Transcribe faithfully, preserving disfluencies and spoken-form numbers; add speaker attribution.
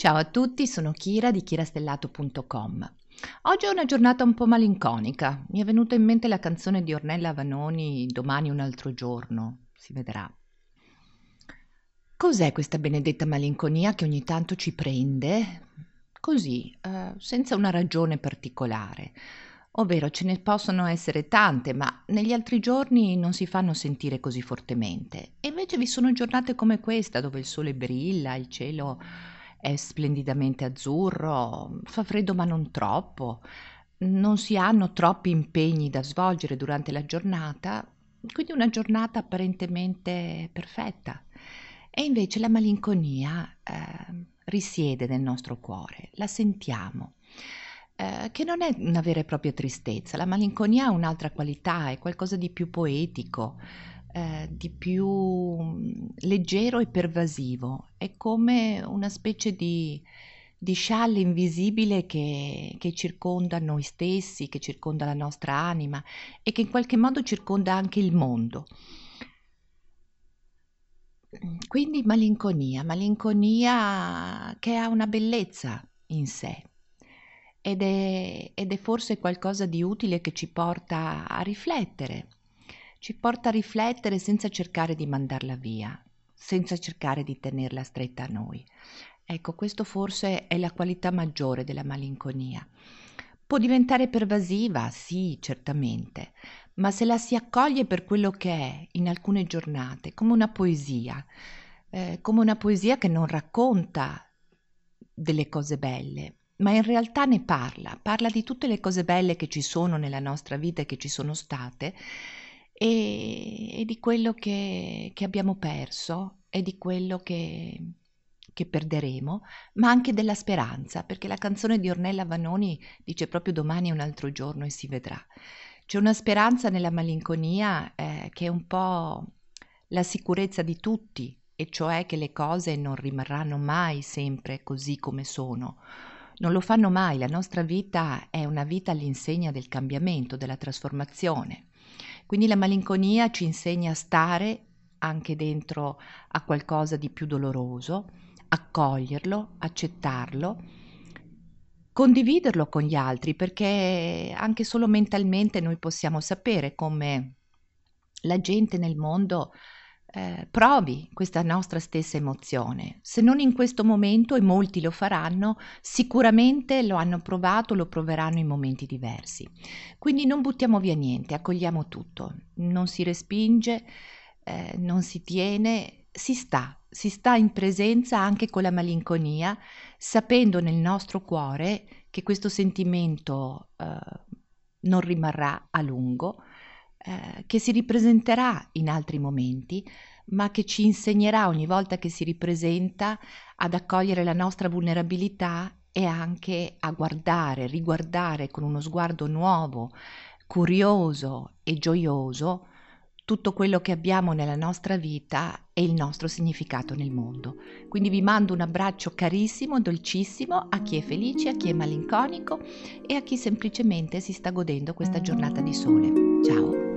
Speaker 1: Ciao a tutti, sono Kira di kirastellato punto com. Oggi è una giornata un po' malinconica. Mi è venuta in mente la canzone di Ornella Vanoni, Domani un altro giorno, si vedrà. Cos'è questa benedetta malinconia che ogni tanto ci prende? Così, eh, senza una ragione particolare. Ovvero ce ne possono essere tante, ma negli altri giorni non si fanno sentire così fortemente. E invece vi sono giornate come questa, dove il sole brilla, il cielo è splendidamente azzurro, fa freddo ma non troppo, non si hanno troppi impegni da svolgere durante la giornata, quindi una giornata apparentemente perfetta. E invece la malinconia eh, risiede nel nostro cuore, la sentiamo, eh, che non è una vera e propria tristezza. La malinconia ha un'altra qualità, è qualcosa di più poetico, eh, di più mm, leggero e pervasivo. È come una specie di, di scialle invisibile che, che circonda noi stessi, che circonda la nostra anima e che in qualche modo circonda anche il mondo. Quindi malinconia, malinconia che ha una bellezza in sé ed è, ed è forse qualcosa di utile che ci porta a riflettere, ci porta a riflettere senza cercare di mandarla via, senza cercare di tenerla stretta a noi. Ecco, questo forse è la qualità maggiore della malinconia. Può diventare pervasiva, sì, certamente, ma se la si accoglie per quello che è in alcune giornate, come una poesia, eh, come una poesia che non racconta delle cose belle, ma in realtà ne parla, parla di tutte le cose belle che ci sono nella nostra vita e che ci sono state e, e di quello che, che abbiamo perso e di quello che, che perderemo, ma anche della speranza, perché la canzone di Ornella Vanoni dice proprio domani è un altro giorno e si vedrà. C'è una speranza nella malinconia eh, che è un po' la sicurezza di tutti, e cioè che le cose non rimarranno mai sempre così come sono. Non lo fanno mai, la nostra vita è una vita all'insegna del cambiamento, della trasformazione. Quindi la malinconia ci insegna a stare anche dentro a qualcosa di più doloroso, accoglierlo, accettarlo, condividerlo con gli altri, perché anche solo mentalmente noi possiamo sapere come la gente nel mondo eh, provi questa nostra stessa emozione. Se non in questo momento, e molti lo faranno, sicuramente lo hanno provato, lo proveranno in momenti diversi. Quindi non buttiamo via niente, accogliamo tutto, non si respinge, eh, non si tiene, si sta, si sta in presenza anche con la malinconia, sapendo nel nostro cuore che questo sentimento eh, non rimarrà a lungo, eh, che si ripresenterà in altri momenti, ma che ci insegnerà ogni volta che si ripresenta ad accogliere la nostra vulnerabilità e anche a guardare, riguardare con uno sguardo nuovo, curioso e gioioso tutto quello che abbiamo nella nostra vita e il nostro significato nel mondo. Quindi vi mando un abbraccio carissimo, dolcissimo a chi è felice, a chi è malinconico e a chi semplicemente si sta godendo questa giornata di sole. Ciao!